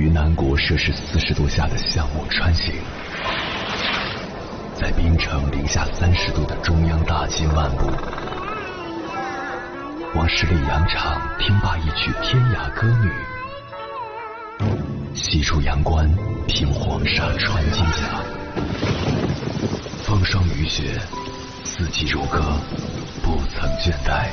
于南国摄氏40度下的项目穿行，在冰城零下30度的中央大街漫步，往十里洋场听罢一曲天涯歌女，西出阳关听黄沙穿金甲，风霜雨雪，四季如歌，不曾倦怠。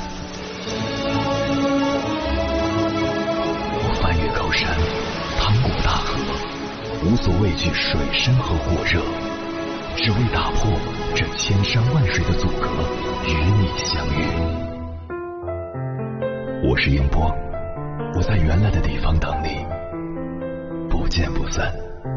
我翻越高山，趟过大河，无所畏惧水深和火热，只为打破这千山万水的阻隔，与你相遇。我是英波，我在原来的地方等你，不见不散。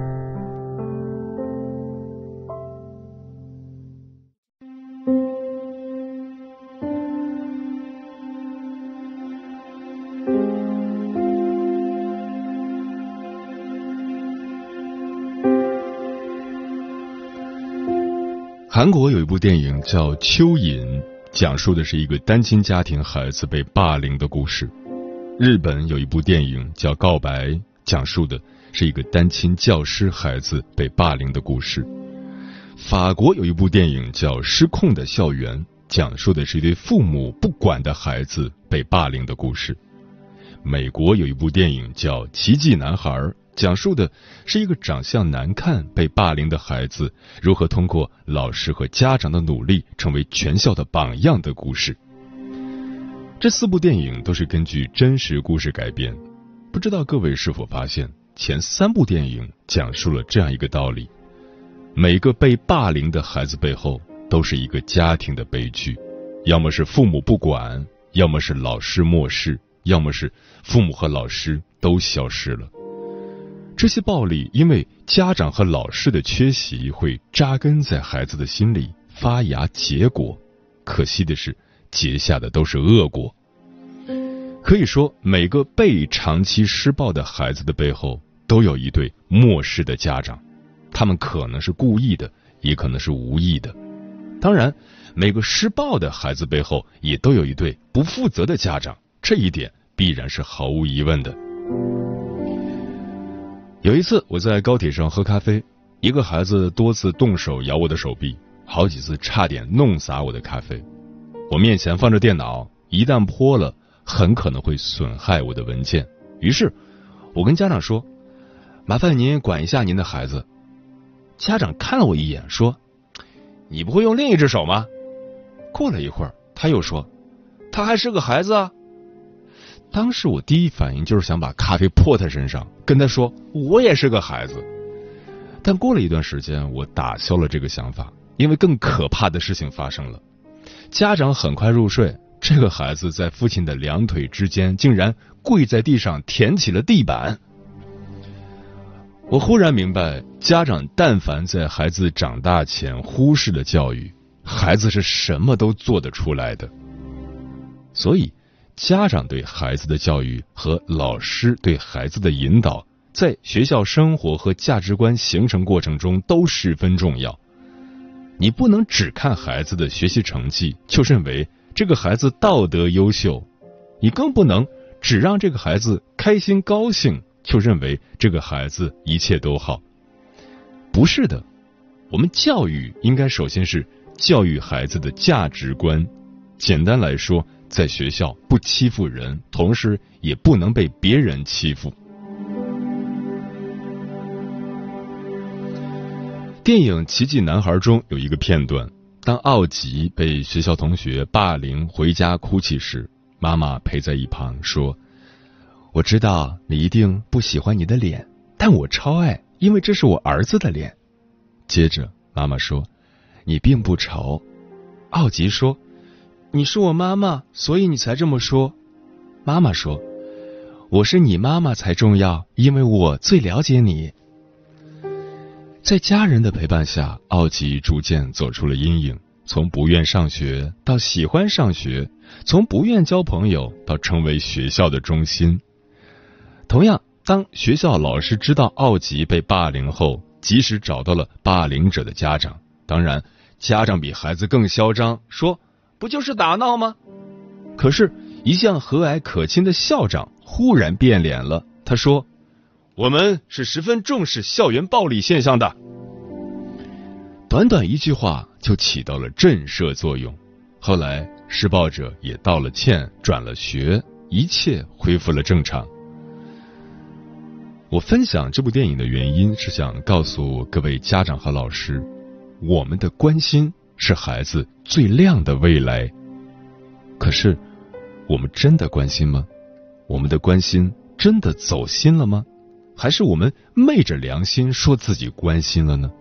韩国有一部电影叫《蚯蚓》，讲述的是一个单亲家庭孩子被霸凌的故事。日本有一部电影叫《告白》，讲述的是一个单亲教师孩子被霸凌的故事。法国有一部电影叫《失控的校园》，讲述的是一对父母不管的孩子被霸凌的故事。美国有一部电影叫《奇迹男孩》，讲述的是一个长相难看被霸凌的孩子如何通过老师和家长的努力成为全校的榜样的故事。这4部电影都是根据真实故事改编。不知道各位是否发现，前3部电影讲述了这样一个道理：每个被霸凌的孩子背后都是一个家庭的悲剧，要么是父母不管，要么是老师漠视，要么是父母和老师都消失了。这些暴力因为家长和老师的缺席会扎根在孩子的心里，发芽结果。可惜的是，结下的都是恶果。可以说，每个被长期施暴的孩子的背后都有一对漠视的家长，他们可能是故意的，也可能是无意的。当然，每个施暴的孩子背后也都有一对不负责的家长，这一点必然是毫无疑问的。有一次我在高铁上喝咖啡，一个孩子多次动手咬我的手臂，好几次差点弄洒我的咖啡。我面前放着电脑，一旦泼了很可能会损害我的文件，于是我跟家长说，麻烦您管一下您的孩子。家长看了我一眼说，你不会用另一只手吗？过了一会儿他又说，他还是个孩子啊。当时我第一反应就是想把咖啡泼他身上，跟他说我也是个孩子。但过了一段时间，我打消了这个想法，因为更可怕的事情发生了。家长很快入睡，这个孩子在父亲的两腿之间竟然跪在地上舔起了地板。我忽然明白，家长但凡在孩子长大前忽视了教育，孩子是什么都做得出来的。所以家长对孩子的教育和老师对孩子的引导，在学校生活和价值观形成过程中都十分重要。你不能只看孩子的学习成绩就认为这个孩子道德优秀，你更不能只让这个孩子开心高兴就认为这个孩子一切都好。不是的，我们教育应该首先是教育孩子的价值观。简单来说，在学校不欺负人，同时也不能被别人欺负。电影《奇迹男孩》中有一个片段，当奥吉被学校同学霸凌回家哭泣时，妈妈陪在一旁说，我知道你一定不喜欢你的脸，但我超爱，因为这是我儿子的脸。接着妈妈说，你并不丑。奥吉说，你是我妈妈，所以你才这么说。妈妈说，我是你妈妈才重要，因为我最了解你。在家人的陪伴下，奥吉逐渐走出了阴影，从不愿上学到喜欢上学，从不愿交朋友到成为学校的中心。同样，当学校老师知道奥吉被霸凌后，及时找到了霸凌者的家长。当然，家长比孩子更嚣张，说不就是打闹吗？可是一向和蔼可亲的校长忽然变脸了，他说， 我们是十分重视校园暴力现象的。短短一句话就起到了震慑作用。后来施暴者也道了歉，转了学，一切恢复了正常。我分享这部电影的原因是想告诉各位家长和老师，我们的关心是孩子最亮的未来。可是我们真的关心吗？我们的关心真的走心了吗？还是我们昧着良心说自己关心了呢？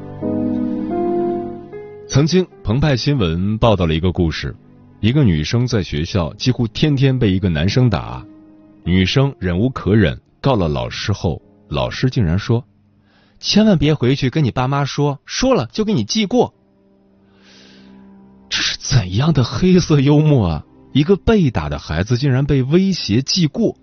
曾经澎湃新闻报道了一个故事，一个女生在学校几乎天天被一个男生打，女生忍无可忍，告了老师后，老师竟然说，千万别回去跟你爸妈说，说了就给你记过。这是怎样的黑色幽默啊！一个被打的孩子竟然被威胁记过。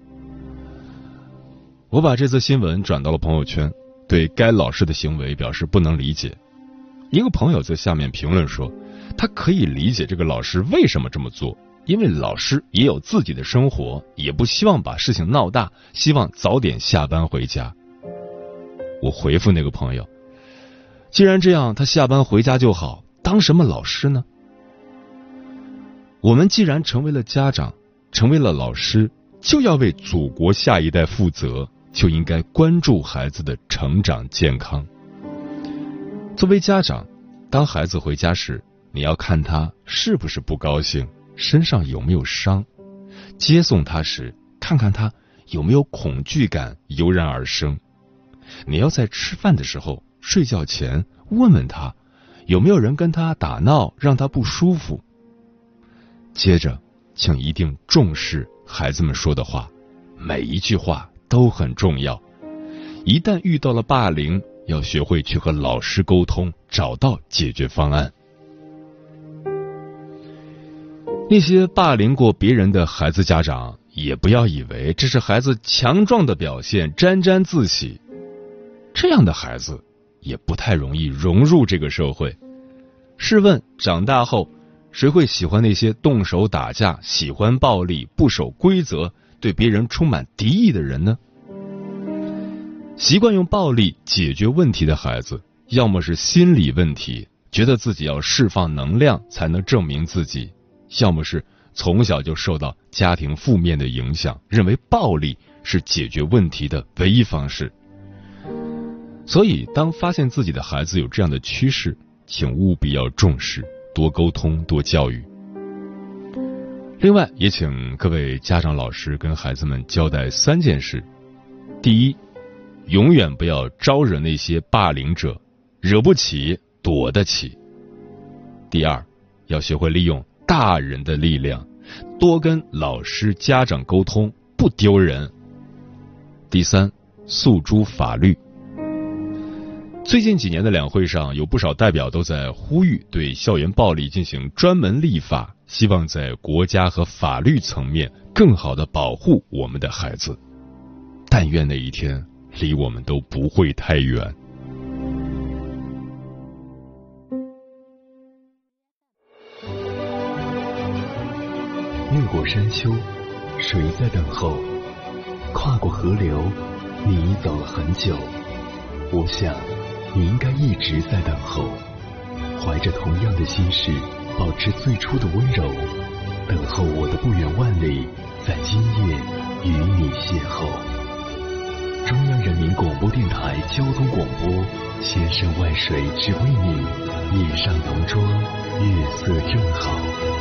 我把这则新闻转到了朋友圈，对该老师的行为表示不能理解。一个朋友在下面评论说，他可以理解这个老师为什么这么做，因为老师也有自己的生活，也不希望把事情闹大，希望早点下班回家。我回复那个朋友，既然这样，他下班回家就好，当什么老师呢？我们既然成为了家长，成为了老师，就要为祖国下一代负责，就应该关注孩子的成长健康。作为家长，当孩子回家时，你要看他是不是不高兴，身上有没有伤；接送他时，看看他有没有恐惧感油然而生。你要在吃饭的时候、睡觉前问问他，有没有人跟他打闹，让他不舒服。接着，请一定重视孩子们说的话，每一句话都很重要。一旦遇到了霸凌，要学会去和老师沟通，找到解决方案。那些霸凌过别人的孩子家长，也不要以为这是孩子强壮的表现，沾沾自喜。这样的孩子也不太容易融入这个社会。试问，长大后谁会喜欢那些动手打架、喜欢暴力、不守规则、对别人充满敌意的人呢？习惯用暴力解决问题的孩子，要么是心理问题，觉得自己要释放能量才能证明自己，要么是从小就受到家庭负面的影响，认为暴力是解决问题的唯一方式。所以，当发现自己的孩子有这样的趋势，请务必要重视，多沟通，多教育。另外，也请各位家长老师跟孩子们交代3件事。第一，永远不要招惹那些霸凌者，惹不起躲得起。第二，要学会利用大人的力量，多跟老师家长沟通，不丢人。第三，诉诸法律。最近几年的两会上，有不少代表都在呼吁对校园暴力进行专门立法，希望在国家和法律层面更好地保护我们的孩子。但愿那一天离我们都不会太远。 越过山丘，谁在等候？跨过河流，你已走了很久。我想你应该一直在等候，怀着同样的心事，保持最初的温柔，等候我的不远万里，在今夜与你邂逅。中央人民广播电台交通广播，千山万水只为你，夜上浓妆，月色正好。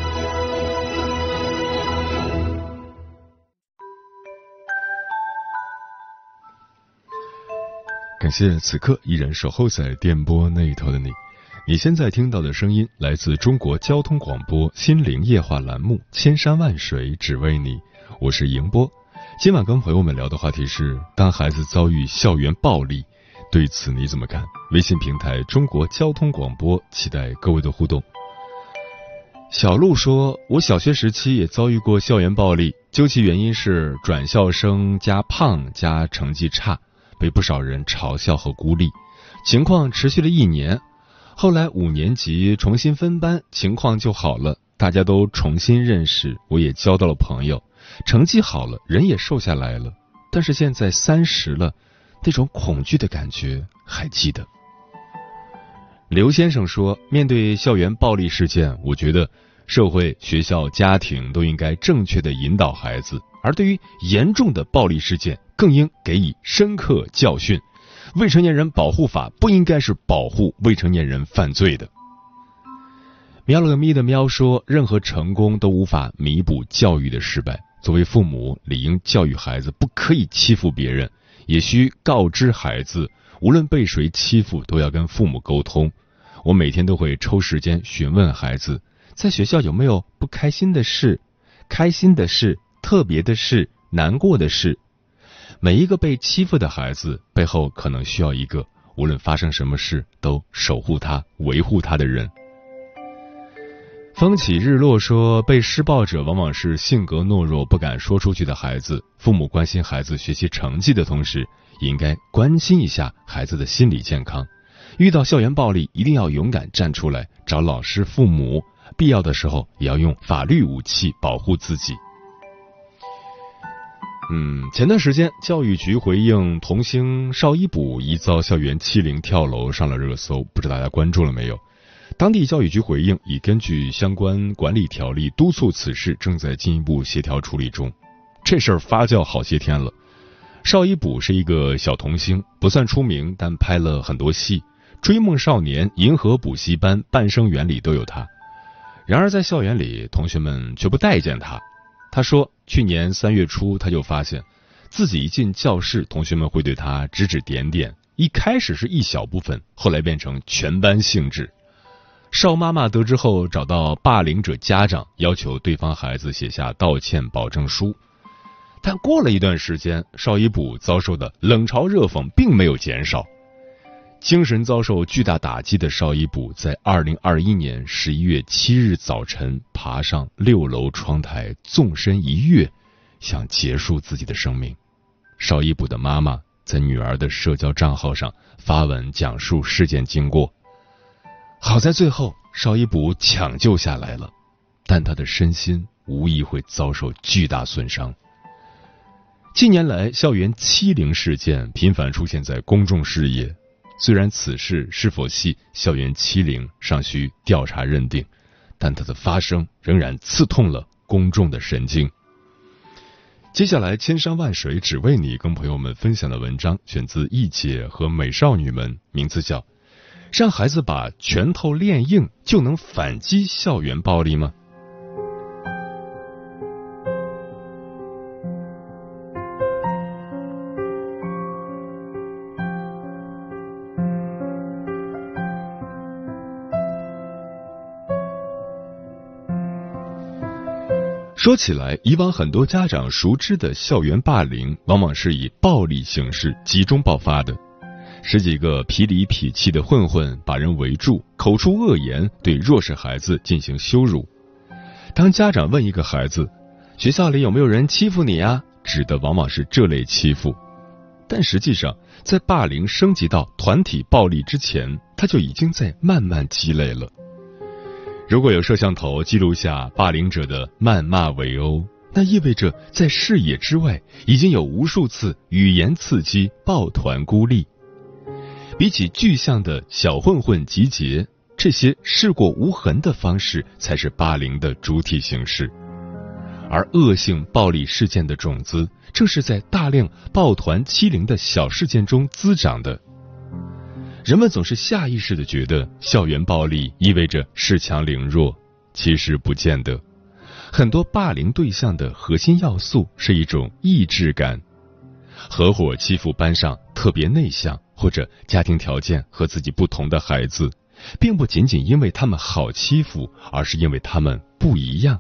感谢此刻依然守候在电波那一头的你。你现在听到的声音来自中国交通广播心灵夜话栏目《千山万水只为你》，我是迎波。今晚跟朋友们聊的话题是：当孩子遭遇校园暴力，对此你怎么看？微信平台中国交通广播，期待各位的互动。小鹿说，我小学时期也遭遇过校园暴力，究其原因是转校生加胖加成绩差，被不少人嘲笑和孤立，情况持续了1年。后来5年级重新分班，情况就好了，大家都重新认识，我也交到了朋友，成绩好了，人也瘦下来了。但是现在30了， 那种恐惧的感觉还记得。刘先生说，面对校园暴力事件，我觉得社会、学校、家庭都应该正确的引导孩子，而对于严重的暴力事件，更应给予深刻教训。未成年人保护法不应该是保护未成年人犯罪的。喵了个咪的喵说，任何成功都无法弥补教育的失败。作为父母，理应教育孩子不可以欺负别人，也需告知孩子，无论被谁欺负，都要跟父母沟通。我每天都会抽时间询问孩子，在学校有没有不开心的事、开心的事、特别的事、难过的事。每一个被欺负的孩子背后可能需要一个无论发生什么事都守护他、维护他的人。风起日落说，被施暴者往往是性格懦弱、不敢说出去的孩子。父母关心孩子学习成绩的同时，也应该关心一下孩子的心理健康。遇到校园暴力，一定要勇敢站出来，找老师、父母，必要的时候也要用法律武器保护自己。前段时间教育局回应童星邵一补疑遭校园欺凌跳楼上了热搜，不知道大家关注了没有？当地教育局回应，已根据相关管理条例督促此事正在进一步协调处理中。这事儿发酵好些天了。邵一补是一个小童星，不算出名，但拍了很多戏，追梦少年、银河补习班、半生缘里都有他。然而在校园里，同学们却不待见他。他说，去年3月初他就发现自己一进教室，同学们会对他指指点点，一开始是一小部分，后来变成全班性质。邵妈妈得知后找到霸凌者家长，要求对方孩子写下道歉保证书。但过了一段时间，邵一补遭受的冷嘲热讽并没有减少。精神遭受巨大打击的邵一补在2021年11月7日早晨爬上6楼窗台，纵身一跃，想结束自己的生命。邵一补的妈妈在女儿的社交账号上发文讲述事件经过。好在最后邵一补抢救下来了，但他的身心无疑会遭受巨大损伤。近年来，校园欺凌事件频繁出现在公众视野，虽然此事是否系校园欺凌尚需调查认定，但它的发生仍然刺痛了公众的神经。接下来千山万水只为你跟朋友们分享的文章选自易姐和美少女们，名字叫让孩子把拳头练硬就能反击校园暴力吗？说起来，以往很多家长熟知的校园霸凌，往往是以暴力形式集中爆发的。十几个痞里痞气的混混把人围住，口出恶言，对弱势孩子进行羞辱。当家长问一个孩子，学校里有没有人欺负你啊？指的往往是这类欺负。但实际上，在霸凌升级到团体暴力之前，它就已经在慢慢积累了。如果有摄像头记录下霸凌者的谩骂围殴，那意味着在视野之外已经有无数次语言刺激抱团孤立。比起具象的小混混集结，这些试过无痕的方式才是霸凌的主体形式。而恶性暴力事件的种子正是在大量抱团欺凌的小事件中滋长的。人们总是下意识地觉得校园暴力意味着恃强凌弱，其实不见得。很多霸凌对象的核心要素是一种意志感。合伙欺负班上特别内向或者家庭条件和自己不同的孩子，并不仅仅因为他们好欺负，而是因为他们不一样。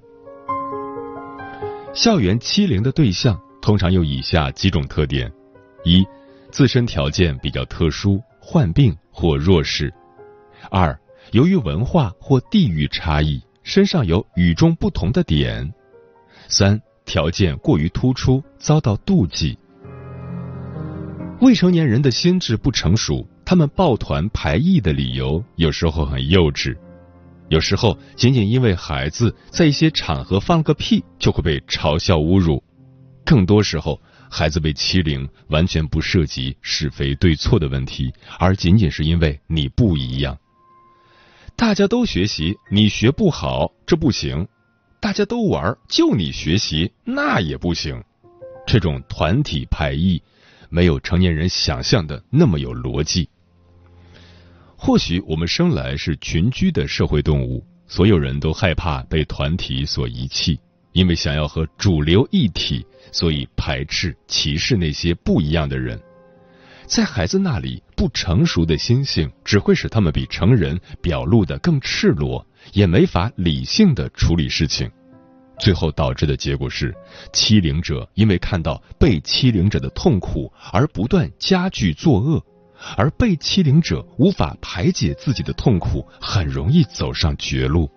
校园欺凌的对象通常有以下几种特点：一、自身条件比较特殊，患病或弱势；二、由于文化或地域差异，身上有与众不同的点；三、条件过于突出，遭到妒忌。未成年人的心智不成熟，他们抱团排异的理由有时候很幼稚，有时候仅仅因为孩子在一些场合放了个屁就会被嘲笑侮辱，更多时候孩子被欺凌完全不涉及是非对错的问题，而仅仅是因为你不一样。大家都学习，你学不好，这不行；大家都玩，就你学习，那也不行。这种团体排异，没有成年人想象的那么有逻辑。或许我们生来是群居的社会动物，所有人都害怕被团体所遗弃，因为想要和主流一体，所以排斥、歧视那些不一样的人。在孩子那里，不成熟的心性只会使他们比成人表露得更赤裸，也没法理性地处理事情。最后导致的结果是，欺凌者因为看到被欺凌者的痛苦而不断加剧作恶，而被欺凌者无法排解自己的痛苦，很容易走上绝路。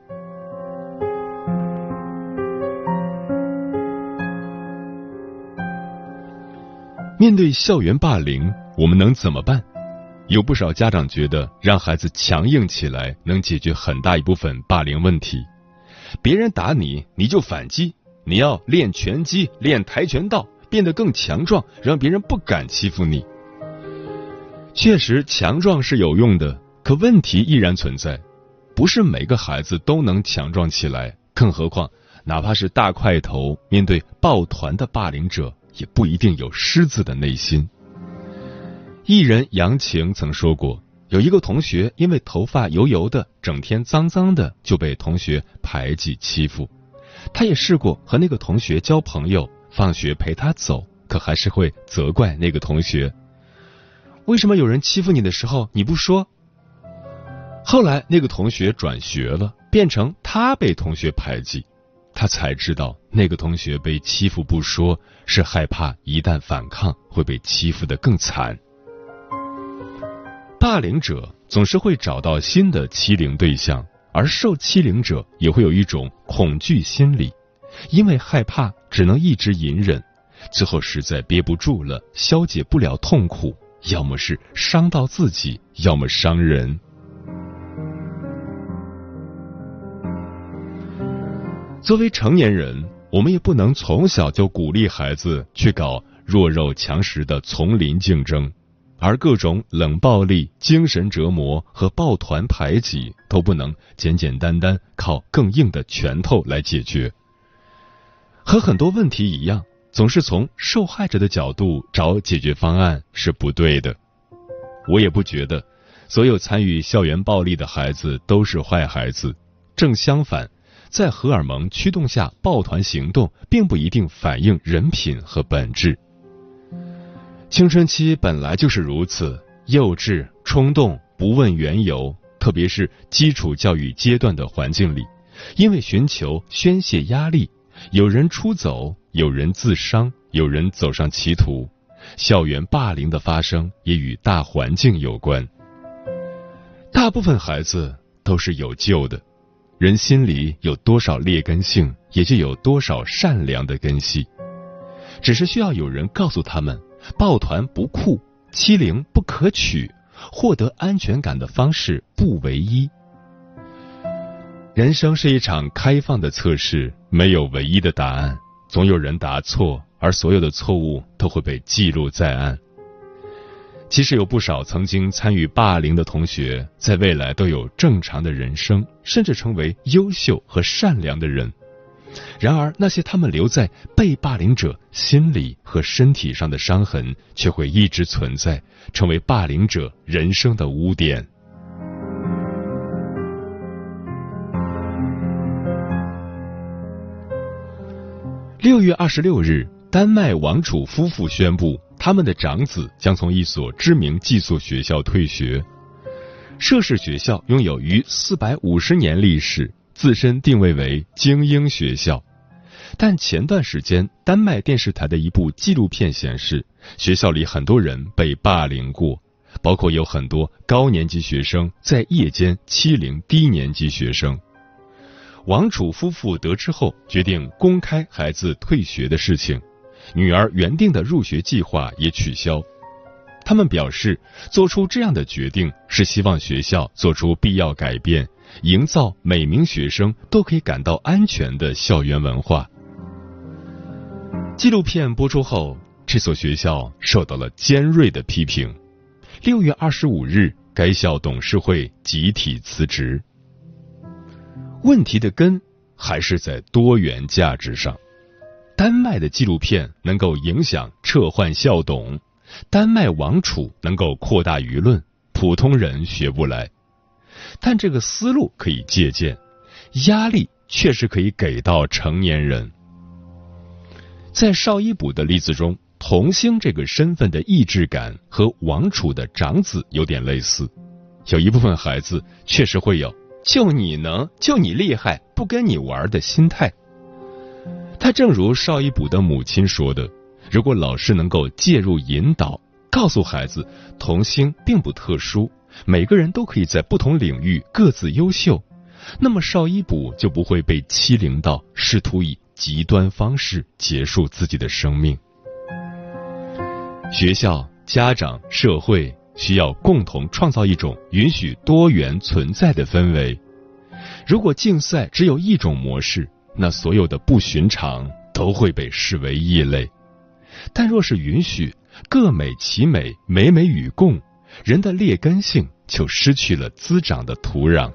面对校园霸凌，我们能怎么办？有不少家长觉得让孩子强硬起来能解决很大一部分霸凌问题。别人打你，你就反击，你要练拳击、练跆拳道，变得更强壮，让别人不敢欺负你。确实，强壮是有用的，可问题依然存在，不是每个孩子都能强壮起来，更何况哪怕是大块头，面对抱团的霸凌者，也不一定有狮子的内心。艺人杨晴曾说过，有一个同学因为头发油油的，整天脏脏的，就被同学排挤欺负。他也试过和那个同学交朋友，放学陪他走，可还是会责怪那个同学，为什么有人欺负你的时候你不说？后来那个同学转学了，变成他被同学排挤，他才知道那个同学被欺负不说，是害怕一旦反抗会被欺负得更惨。霸凌者总是会找到新的欺凌对象，而受欺凌者也会有一种恐惧心理，因为害怕只能一直隐忍，最后实在憋不住了，消解不了痛苦，要么是伤到自己，要么伤人。作为成年人，我们也不能从小就鼓励孩子去搞弱肉强食的丛林竞争，而各种冷暴力、精神折磨和抱团排挤都不能简简单单靠更硬的拳头来解决。和很多问题一样，总是从受害者的角度找解决方案是不对的。我也不觉得所有参与校园暴力的孩子都是坏孩子，正相反，在荷尔蒙驱动下抱团行动并不一定反映人品和本质。青春期本来就是如此，幼稚、冲动、不问缘由，特别是基础教育阶段的环境里，因为寻求宣泄压力，有人出走，有人自伤，有人走上歧途。校园霸凌的发生也与大环境有关。大部分孩子都是有救的，人心里有多少劣根性，也就有多少善良的根系，只是需要有人告诉他们，抱团不酷，欺凌不可取，获得安全感的方式不唯一。人生是一场开放的测试，没有唯一的答案，总有人答错，而所有的错误都会被记录在案。其实有不少曾经参与霸凌的同学，在未来都有正常的人生，甚至成为优秀和善良的人。然而那些他们留在被霸凌者心理和身体上的伤痕，却会一直存在，成为霸凌者人生的污点。6月26日，丹麦王储夫妇宣布，他们的长子将从一所知名寄宿学校退学。涉事学校拥有逾450年历史，自身定位为精英学校。但前段时间，丹麦电视台的一部纪录片显示，学校里很多人被霸凌过，包括有很多高年级学生在夜间欺凌低年级学生。王储夫妇得知后，决定公开孩子退学的事情，女儿原定的入学计划也取消。他们表示，做出这样的决定是希望学校做出必要改变，营造每名学生都可以感到安全的校园文化。纪录片播出后， 这所学校受到了尖锐的批评。6月25日，该校董事会集体辞职。问题的根还是在多元价值上。丹麦的纪录片能够影响撤换校董，丹麦王储能够扩大舆论，普通人学不来。但这个思路可以借鉴，压力确实可以给到成年人。在绍伊卜的例子中，童星这个身份的意志感和王储的长子有点类似，有一部分孩子确实会有就你能，就你厉害，不跟你玩的心态。他正如绍伊卜的母亲说的，如果老师能够介入引导，告诉孩子童星并不特殊，每个人都可以在不同领域各自优秀，那么绍伊卜就不会被欺凌到试图以极端方式结束自己的生命。学校、家长、社会需要共同创造一种允许多元存在的氛围。如果竞赛只有一种模式，那所有的不寻常都会被视为异类。但若是允许各美其美，美美与共，人的劣根性就失去了滋长的土壤。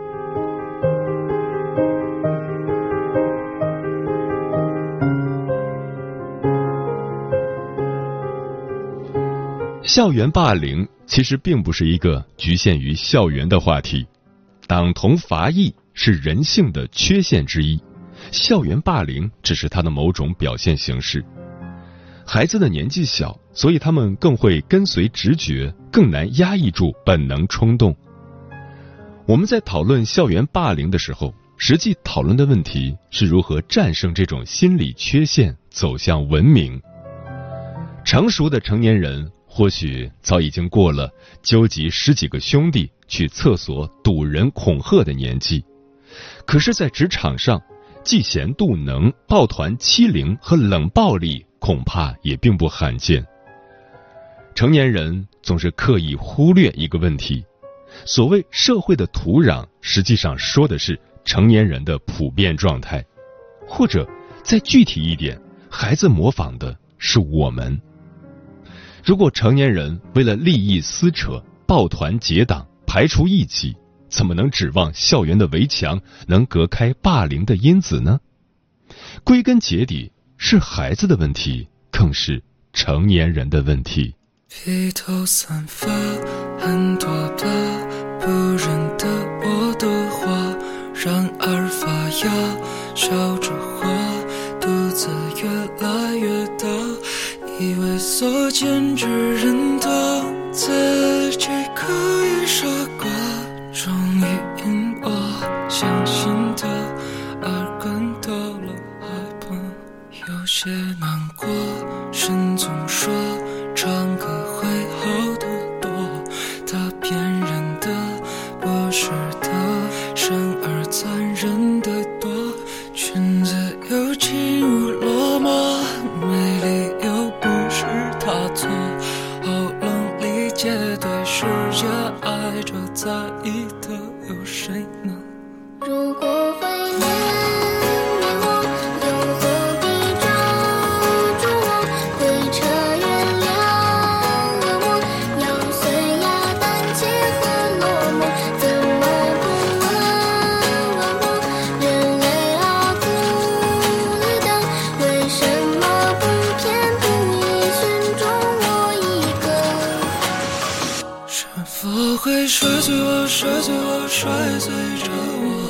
校园霸凌其实并不是一个局限于校园的话题，党同伐异是人性的缺陷之一，校园霸凌只是它的某种表现形式。孩子的年纪小，所以他们更会跟随直觉，更难压抑住本能冲动。我们在讨论校园霸凌的时候，实际讨论的问题是如何战胜这种心理缺陷，走向文明。成熟的成年人或许早已经过了纠集10几个兄弟去厕所堵人恐吓的年纪，可是在职场上，嫉贤妒能、抱团欺凌和冷暴力恐怕也并不罕见。成年人总是刻意忽略一个问题，所谓社会的土壤，实际上说的是成年人的普遍状态，或者再具体一点，孩子模仿的是我们。如果成年人为了利益撕扯、抱团结党、排除异己，怎么能指望校园的围墙能隔开霸凌的因子呢？归根结底，是孩子的问题，更是成年人的问题。 披头散发，很多吧，不认得我的话，然而发芽，笑着花，肚子越来越大，以为所见之人多，自己可以傻瓜，终于因我相信的而感到了害怕，有些难过，神总说唱歌会好得多，他骗人的，不是的，生而残忍的多，裙子又轻如落寞，美丽又不是他错，喉咙里结对世界爱着在意的有谁呢？ 如果怀念你我，又何必抓住我，回车原谅了我，咬碎呀胆怯和落寞，怎么不问我，人类啊孤立的，为什么不偏不倚选中我一个？ 是否会摔碎我，摔碎我，摔碎着我？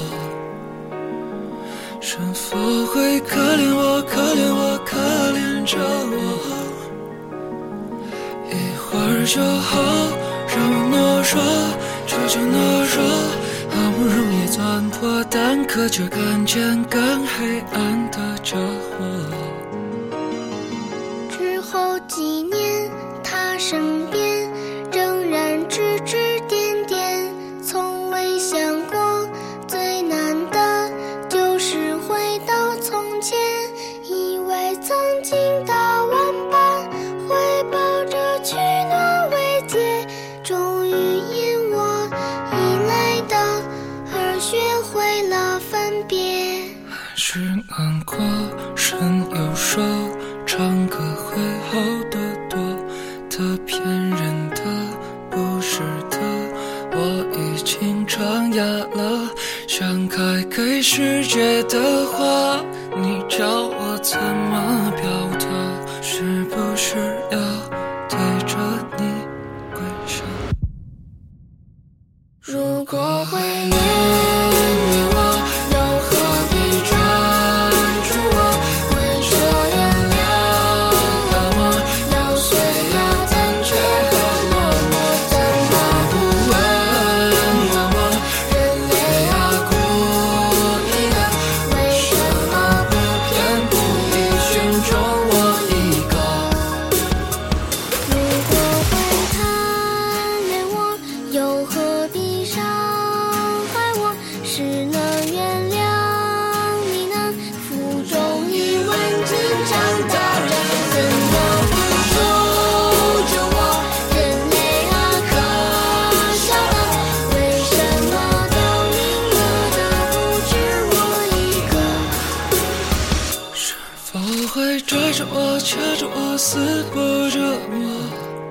是否会可怜我，可怜我，可怜着我？一会儿就好，让我懦弱，这就懦弱，好不容易钻破蛋壳，却看见更黑暗的家伙。 之后几年，他身边仍然指指点点，从未想过最难的就是回到从前，以为曾经大玩伴会抱着取暖慰藉，终于因我依赖的而学会了分别。 还是难过，深又人的不是的，我已经长哑了，想开给世界的花，你教我怎么表达，是不是要对着你跪下？如果会念你我，又何必专注我？为这原谅了我，要碎呀残缺和落寞，怎么不问了我？人类啊，故意的，为什么不偏不倚选中我一个？ 如果会贪恋我，又何必伤害我？是能原谅你能负重一问经常打扰，怎么不救救我？人类啊，可笑的，为什么都明了的不止我一个？ 是否会拽着我、掐着我、撕破着我？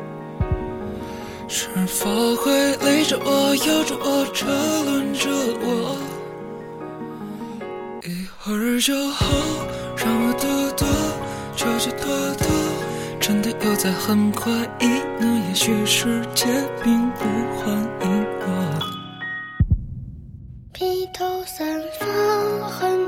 是否会勒着我、咬着我、车轮着我？一会儿就好，让我躲躲，就躲躲，真的又在很快意呢？也许世界并不欢迎我。 披头散发，很